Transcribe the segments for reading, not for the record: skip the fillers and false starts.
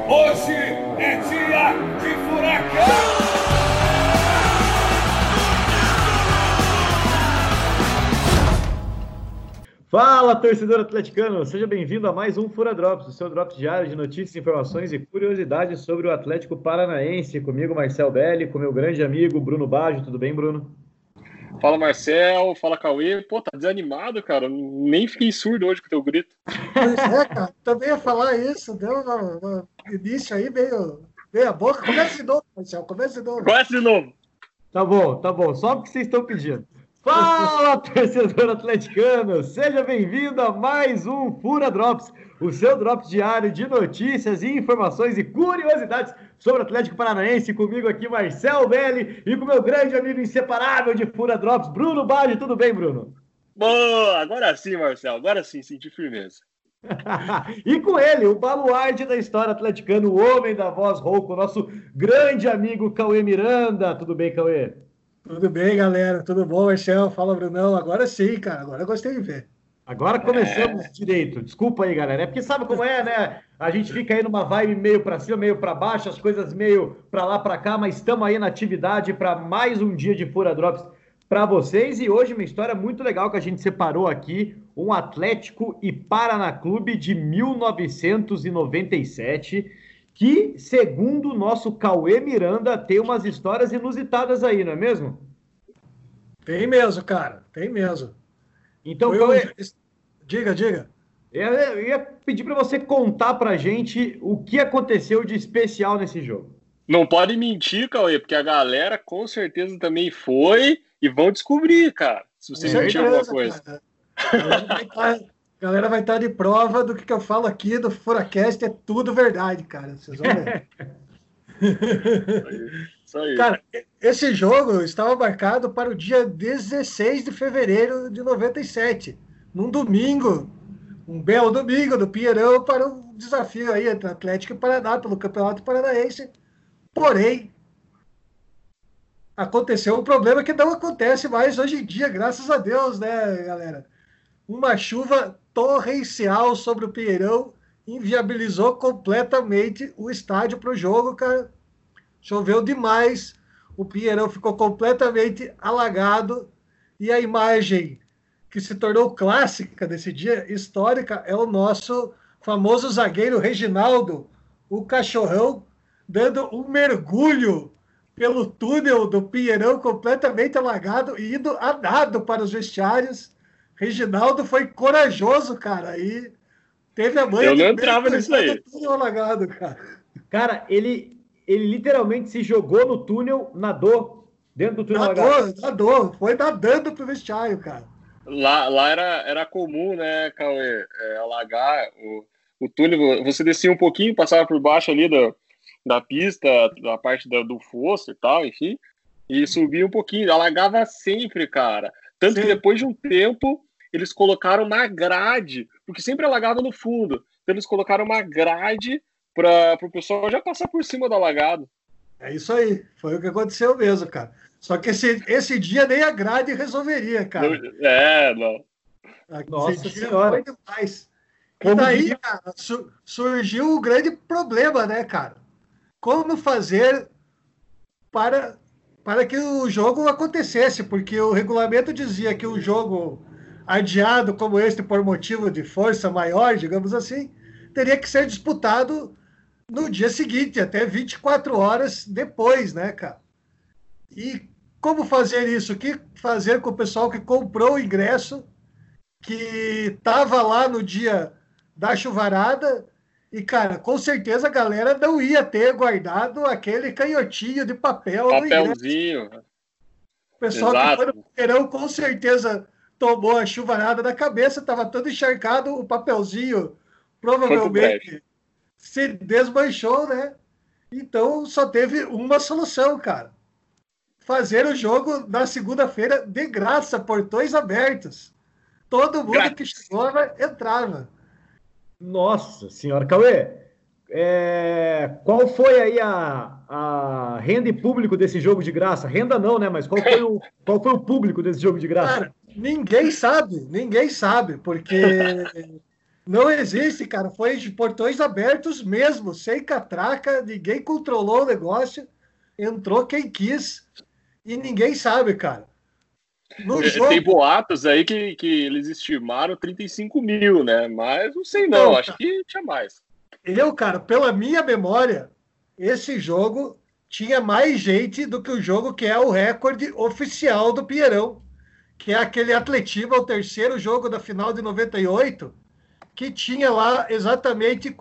Hoje é dia de furacão! Fala, torcedor atleticano! Seja bem-vindo a mais um Fura Drops, o seu drops diário de notícias, informações e curiosidades sobre o Atlético Paranaense. Comigo, Marcel Belli, com meu grande amigo Bruno Baggio. Tudo bem, Bruno? Fala, Marcel. Fala, Cauê. Pô, tá desanimado, cara. Nem fiquei surdo hoje com o teu grito. Pois é, cara. Também ia falar isso. Deu um início aí meio a boca. Começa de novo, Marcel. Começa de novo. Começa de novo. Tá bom. Só porque vocês estão pedindo. Fala, torcedor atleticano! Seja bem-vindo a mais um Fura Drops, o seu drops diário de notícias, informações e curiosidades sobre o Atlético Paranaense. Comigo aqui, Marcel Belli, e com meu grande amigo inseparável de Fura Drops, Bruno Baggio. Tudo bem, Bruno? Boa! Agora sim, Marcel. Agora sim, senti firmeza. E com ele, o baluarte da história atleticana, o homem da voz rouca, o nosso grande amigo Cauê Miranda. Tudo bem, Cauê? Tudo bem, galera? Tudo bom, Marcel? Fala, Brunão. Agora sim, cara. Agora eu gostei de ver. Agora começamos direito. Desculpa aí, galera. É porque sabe como é, né? A gente fica aí numa vibe meio para cima, meio para baixo, as coisas meio para lá, para cá, mas estamos aí na atividade para mais um dia de Fura Drops para vocês. E hoje uma história muito legal que a gente separou aqui, um Atlético e Paraná Clube de 1997, que, segundo o nosso Cauê Miranda, tem umas histórias inusitadas aí, não é mesmo? Tem mesmo, cara. Tem mesmo. Então, Cauê, diga. eu ia pedir para você contar para a gente o que aconteceu de especial nesse jogo. Não pode mentir, Cauê, porque a galera com certeza também foi e vão descobrir, cara, se você mentir alguma coisa. A galera vai estar de prova do que eu falo aqui do Furacast, é tudo verdade, cara. Vocês vão ver. Isso aí. Cara, esse jogo estava marcado para o dia 16 de fevereiro de 97, num domingo, um belo domingo do Pinheirão, para um desafio aí entre Atlético e Paraná pelo Campeonato Paranaense. Porém, aconteceu um problema que não acontece mais hoje em dia, graças a Deus, né, galera? Uma chuva torrencial sobre o Pinheirão inviabilizou completamente o estádio para o jogo, cara. Choveu demais, o Pinheirão ficou completamente alagado e a imagem que se tornou clássica desse dia, histórica, é o nosso famoso zagueiro Reginaldo, o cachorrão, dando um mergulho pelo túnel do Pinheirão completamente alagado e indo a nado para os vestiários. Reginaldo foi corajoso, cara, e teve a manha Eu não entrava nisso aí. Túnel alagado, cara. Cara, ele literalmente se jogou no túnel, nadou dentro do túnel alagado. Nadou, foi nadando pro vestiário, cara. Lá era comum, né, Cauê, alagar o túnel. Você descia um pouquinho, passava por baixo ali da pista, da parte do fosso e tal, enfim, e subia um pouquinho, alagava sempre, cara. Tanto Sim. que depois de um tempo, eles colocaram uma grade, porque sempre alagava no fundo. Então eles colocaram uma grade para o pessoal já passar por cima do alagado. É isso aí, foi o que aconteceu mesmo, cara. Só que esse dia nem a grade resolveria, cara. Não. Nossa Senhora. Foi demais. E daí, cara, surgiu o grande problema, né, cara? Como fazer para que o jogo acontecesse? Porque o regulamento dizia que um jogo adiado como este por motivo de força maior, digamos assim, teria que ser disputado no dia seguinte, até 24 horas depois, né, cara? E como fazer isso? O que fazer com o pessoal que comprou o ingresso, que estava lá no dia da chuvarada, e, cara, com certeza a galera não ia ter guardado aquele canhotinho de papel no ingresso. Papelzinho. O pessoal Exato. que foi no Pinheirão com certeza tomou a chuvarada na cabeça, estava todo encharcado, o papelzinho provavelmente se desmanchou, né? Então só teve uma solução, cara. Fazer o jogo na segunda-feira de graça, portões abertos. Todo mundo que chegou entrava. Nossa Senhora. Cauê, qual foi aí a renda e público desse jogo de graça? Renda não, né? Mas qual foi o público desse jogo de graça? Cara, ninguém sabe, porque Não existe, cara. Foi de portões abertos mesmo, sem catraca, ninguém controlou o negócio, entrou quem quis e ninguém sabe, cara. No Tem jogo, boatos aí que eles estimaram 35 mil, né? Mas não sei não, acho que tinha mais. cara, pela minha memória, esse jogo tinha mais gente do que o jogo que é o recorde oficial do Pinheirão, que é aquele Atletiba, o terceiro jogo da final de 98, que tinha lá exatamente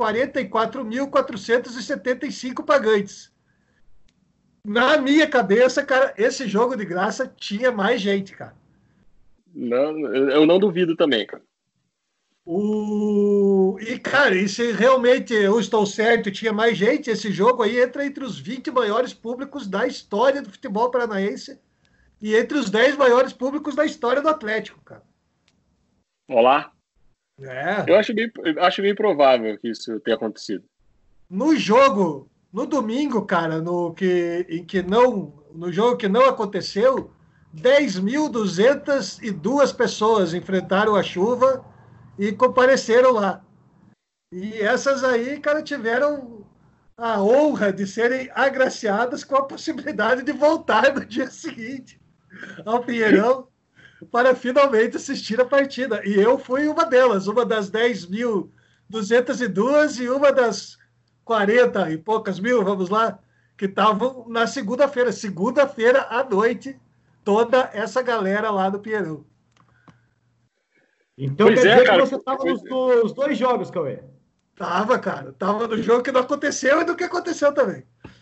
44.475 pagantes. Na minha cabeça, cara, esse jogo de graça tinha mais gente, cara. Não, eu não duvido também, cara. E, cara, e se realmente eu estou certo, tinha mais gente, esse jogo aí entra entre os 20 maiores públicos da história do futebol paranaense e entre os 10 maiores públicos da história do Atlético, cara. Olá. É. Eu acho bem provável que isso tenha acontecido. No jogo, no domingo, cara, no jogo que não aconteceu, 10.202 pessoas enfrentaram a chuva e compareceram lá. E essas aí, cara, tiveram a honra de serem agraciadas com a possibilidade de voltar no dia seguinte ao Pinheirão para finalmente assistir a partida. E eu fui uma delas, uma das 10.202 e uma das 40 e poucas mil, vamos lá, que estavam na segunda-feira à noite, toda essa galera lá do Pinheirão. Então quer dizer que você estava nos dois jogos, Cauê? Tava, cara. Tava no jogo que não aconteceu e do que aconteceu também.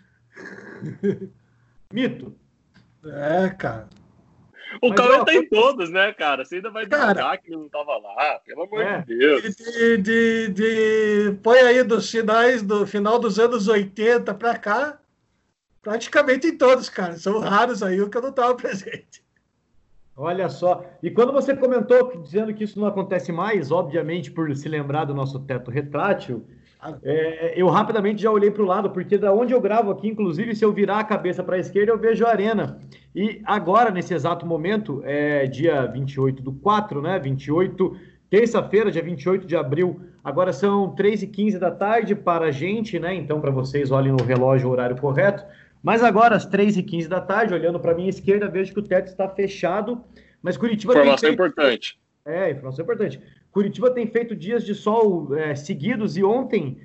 Mito. É, cara. O Cauê tá em todos, né, cara? Você ainda vai duvidar que ele não tava lá, pelo amor de Deus. Põe aí dos finais do final dos anos 80 pra cá, praticamente em todos, cara. São raros aí o que eu não tava presente. Olha só. E quando você comentou dizendo que isso não acontece mais, obviamente por se lembrar do nosso teto retrátil, eu rapidamente já olhei para o lado, porque da onde eu gravo aqui, inclusive, se eu virar a cabeça para a esquerda, eu vejo a arena. E agora, nesse exato momento, dia 28/4, né? 28, terça-feira, dia 28 de abril, agora são 3h15 da tarde para a gente, né? Então, para vocês, olhem no relógio o horário correto. Mas agora, às 3h15 da tarde, olhando para a minha esquerda, vejo que o teto está fechado, mas Curitiba informação importante. Informação importante. Curitiba tem feito dias de sol seguidos e ontem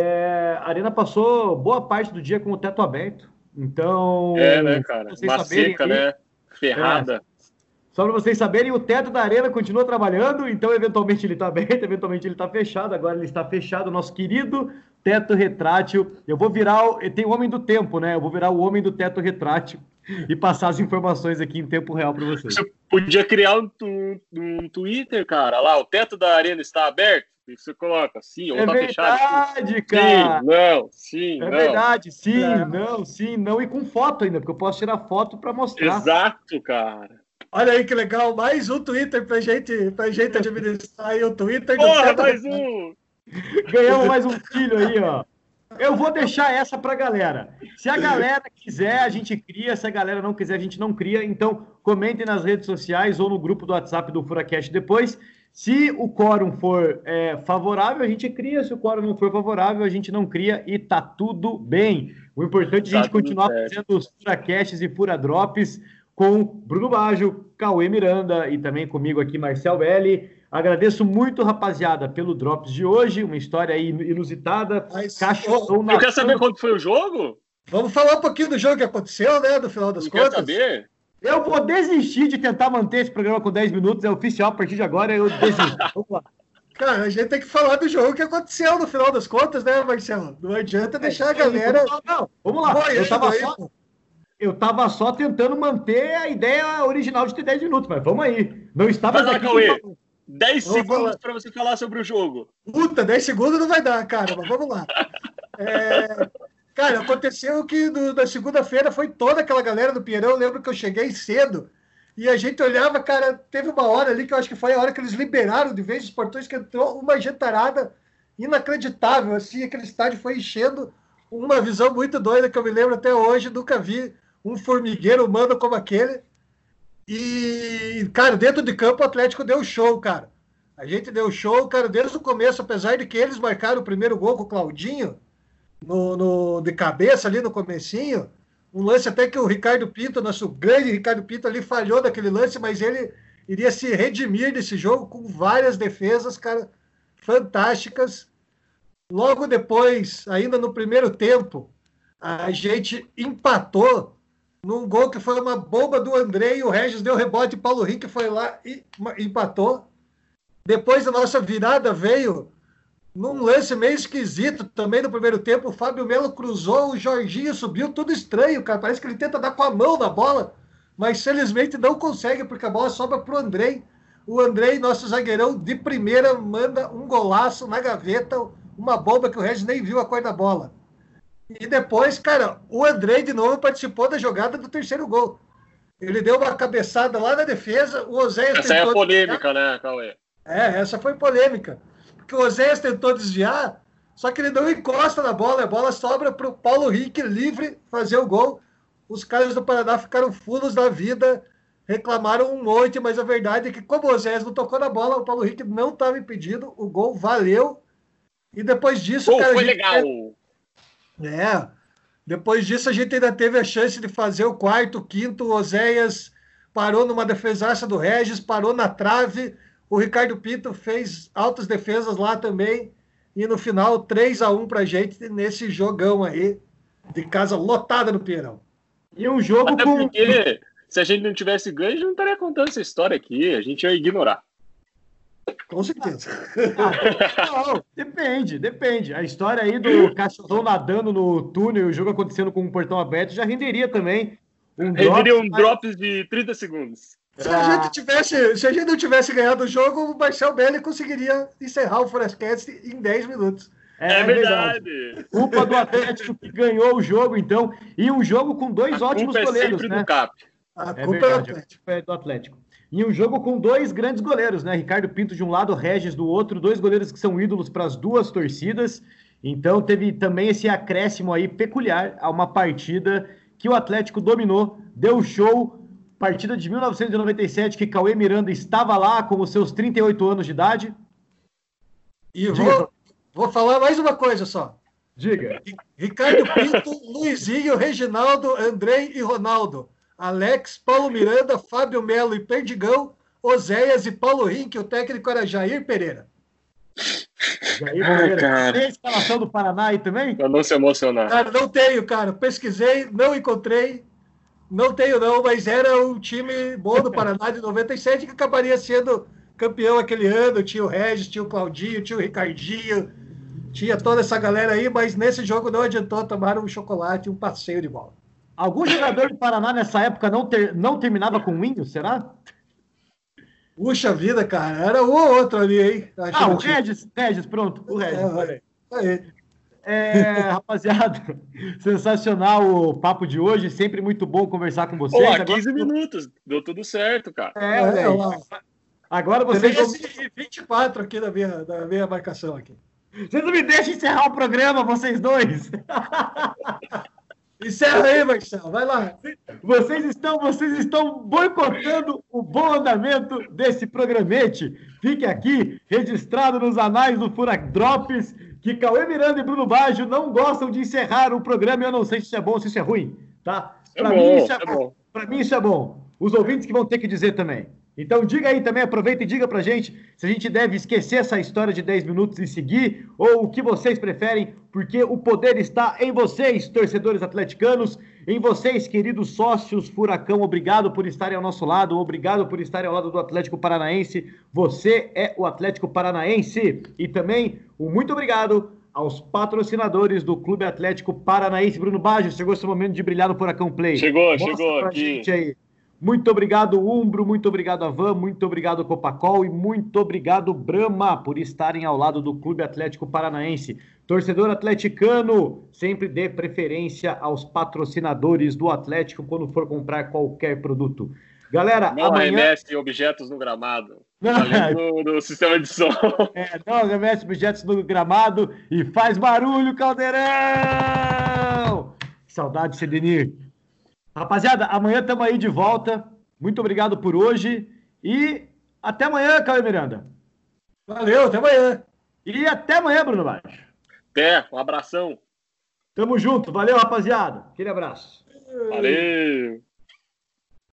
a Arena passou boa parte do dia com o teto aberto. Então... né, cara? Uma seca, aí, né? Ferrada. Só para vocês saberem, o teto da Arena continua trabalhando, então eventualmente ele está aberto, eventualmente ele está fechado. Agora ele está fechado, o nosso querido teto retrátil. Eu vou virar... Tem o homem do tempo, né? Eu vou virar o homem do teto retrátil e passar as informações aqui em tempo real para vocês. Você podia criar um Twitter, cara. Lá, o teto da arena está aberto. E você coloca sim ou tá fechado. É verdade, cara. Sim, não, sim, não. É verdade, sim, não, sim, não. E com foto ainda, porque eu posso tirar foto para mostrar. Exato, cara. Olha aí que legal. Mais um Twitter pra gente administrar aí o Twitter. Porra, mais um! Ganhamos mais um filho aí, ó. Eu vou deixar essa pra galera. Se a galera quiser, a gente cria. Se a galera não quiser, a gente não cria. Então, comentem nas redes sociais ou no grupo do WhatsApp do FuraCast depois. Se o quórum for favorável, a gente cria. Se o quórum não for favorável, a gente não cria e tá tudo bem. O importante é a gente continuar fazendo os FuraCasts e Furadrops com Bruno Baggio, Cauê Miranda e também comigo aqui, Marcel Belli. Agradeço muito, rapaziada, pelo Drops de hoje. Uma história aí inusitada. Eu quero saber quando foi o jogo. Vamos falar um pouquinho do jogo que aconteceu, né? No final das contas. Quer saber? Eu vou desistir de tentar manter esse programa com 10 minutos. É oficial, a partir de agora eu desisto. Vamos lá. Cara, a gente tem que falar do jogo que aconteceu no final das contas, né, Marcelo? Não adianta deixar a galera... Não, vamos lá. Eu tava só tentando manter a ideia original de ter 10 minutos, mas vamos aí. Não estava aqui. Cauê. 10 segundos para você falar sobre o jogo. Puta, 10 segundos não vai dar, cara, mas vamos lá. Cara, aconteceu que na segunda-feira foi toda aquela galera do Pinheirão. Eu lembro que eu cheguei cedo e a gente olhava, cara, teve uma hora ali que eu acho que foi a hora que eles liberaram de vez os portões, que entrou uma gentarada inacreditável, assim, aquele estádio foi enchendo, uma visão muito doida que eu me lembro até hoje, nunca vi um formigueiro humano como aquele. E, cara, dentro de campo o Atlético deu show, cara. A gente deu show, cara, desde o começo, apesar de que eles marcaram o primeiro gol com o Claudinho, de cabeça ali no comecinho, um lance até que o Ricardo Pinto, nosso grande Ricardo Pinto ali, falhou daquele lance, mas ele iria se redimir desse jogo com várias defesas, cara, fantásticas. Logo depois, ainda no primeiro tempo, a gente empatou num gol que foi uma bomba do André, e o Regis deu rebote, e Paulo Henrique foi lá e empatou. Depois a nossa virada veio num lance meio esquisito também no primeiro tempo. O Fábio Melo cruzou, o Jorginho subiu, tudo estranho, cara. Parece que ele tenta dar com a mão na bola, mas felizmente não consegue, porque a bola sobra pro Andrei. O Andrei, nosso zagueirão de primeira, manda um golaço na gaveta, uma bomba que o Regis nem viu a cor da bola. E depois, cara, o Andrei de novo participou da jogada do terceiro gol. Ele deu uma cabeçada lá na defesa, o Oséias Essa é a polêmica, né, Cauê? Essa foi polêmica. Porque o Oséias tentou desviar, só que ele não encosta na bola, a bola sobra para o Paulo Henrique livre fazer o gol. Os caras do Paraná ficaram fulos da vida, reclamaram um monte, mas a verdade é que, como o Oséias não tocou na bola, o Paulo Henrique não estava impedido, o gol valeu. E depois disso, cara, foi legal. Depois disso a gente ainda teve a chance de fazer o quarto, o quinto. O Oséias parou numa defesaça do Regis, parou na trave. O Ricardo Pinto fez altas defesas lá também. E no final, 3-1 pra gente nesse jogão aí, de casa lotada no Pinheirão. E um jogo até porque, se a gente não tivesse ganho, a gente não estaria contando essa história aqui. A gente ia ignorar. Com certeza. Não, depende. A história aí do cachorrão nadando no túnel e o jogo acontecendo com um portão aberto já renderia também renderia um drops de 30 segundos. Se a gente não tivesse ganhado o jogo, o Marcel Belli conseguiria encerrar o Furacast em 10 minutos. É verdade. Culpa do Atlético que ganhou o jogo, então. E um jogo com dois ótimos goleiros, né? A culpa é do Atlético. E um jogo com dois grandes goleiros, né? Ricardo Pinto de um lado, Regis do outro, dois goleiros que são ídolos para as duas torcidas. Então teve também esse acréscimo aí peculiar a uma partida que o Atlético dominou, deu show. Partida de 1997 que Cauê Miranda estava lá com os seus 38 anos de idade. E vou falar mais uma coisa só. Diga. Ricardo Pinto, Luizinho, Reginaldo, Andrei e Ronaldo. Alex, Paulo Miranda, Fábio Melo e Perdigão, Oséias e Paulo Rink, o técnico era Jair Pereira. Jair Pereira. Cara. Tem a escalação do Paraná aí também? Pra não se emocionar. Cara, não tenho, cara. Pesquisei, não encontrei. Não tenho, não, mas era um time bom do Paraná de 97 que acabaria sendo campeão aquele ano. Tinha o Regis, tinha o Claudinho, tinha o Ricardinho, tinha toda essa galera aí, mas nesse jogo não adiantou, tomaram um chocolate e um passeio de bola. Algum jogador do Paraná nessa época não terminava com Winho, será? Puxa vida, cara, era um ou outro ali, hein? O Regis, pronto, o Regis. Rapaziada, sensacional o papo de hoje, sempre muito bom conversar com vocês. Agora, 15 minutos, deu tudo certo, cara. Agora vocês vão... 24 aqui da minha marcação aqui. Vocês não me deixam encerrar o programa, vocês dois. Encerra aí, Marcelo, vai lá. Vocês estão boicotando o bom andamento desse programete. Fique aqui, registrado nos anais do Furadrops, que Cauê Miranda e Bruno Baggio não gostam de encerrar o programa. Eu não sei se isso é bom ou se isso é ruim, tá? Para mim isso é bom. Para mim isso é bom. Os ouvintes que vão ter que dizer também. Então diga aí também, aproveita e diga pra gente se a gente deve esquecer essa história de 10 minutos e seguir, ou o que vocês preferem, porque o poder está em vocês, torcedores atleticanos, em vocês, queridos sócios Furacão. Obrigado por estarem ao nosso lado, obrigado por estarem ao lado do Atlético Paranaense. Você é o Atlético Paranaense. E também muito obrigado aos patrocinadores do Clube Atlético Paranaense. Bruno Baggio, chegou esse momento de brilhar no Furacão Play. Chegou pra aqui. Gente aí. Muito obrigado, Umbro, muito obrigado, Avan, muito obrigado, Copacol e muito obrigado, Brahma, por estarem ao lado do Clube Atlético Paranaense. Torcedor atleticano, sempre dê preferência aos patrocinadores do Atlético quando for comprar qualquer produto. Galera, não arremesse objetos no gramado. Do sistema de som. Não arremesse objetos no gramado e faz barulho, Caldeirão! Saudade, Cedenir. Rapaziada, amanhã estamos aí de volta. Muito obrigado por hoje e até amanhã, Cauê Miranda. Valeu, até amanhã. E até amanhã, Bruno Baixo. Até, um abração. Tamo junto. Valeu, rapaziada. Aquele abraço. Valeu.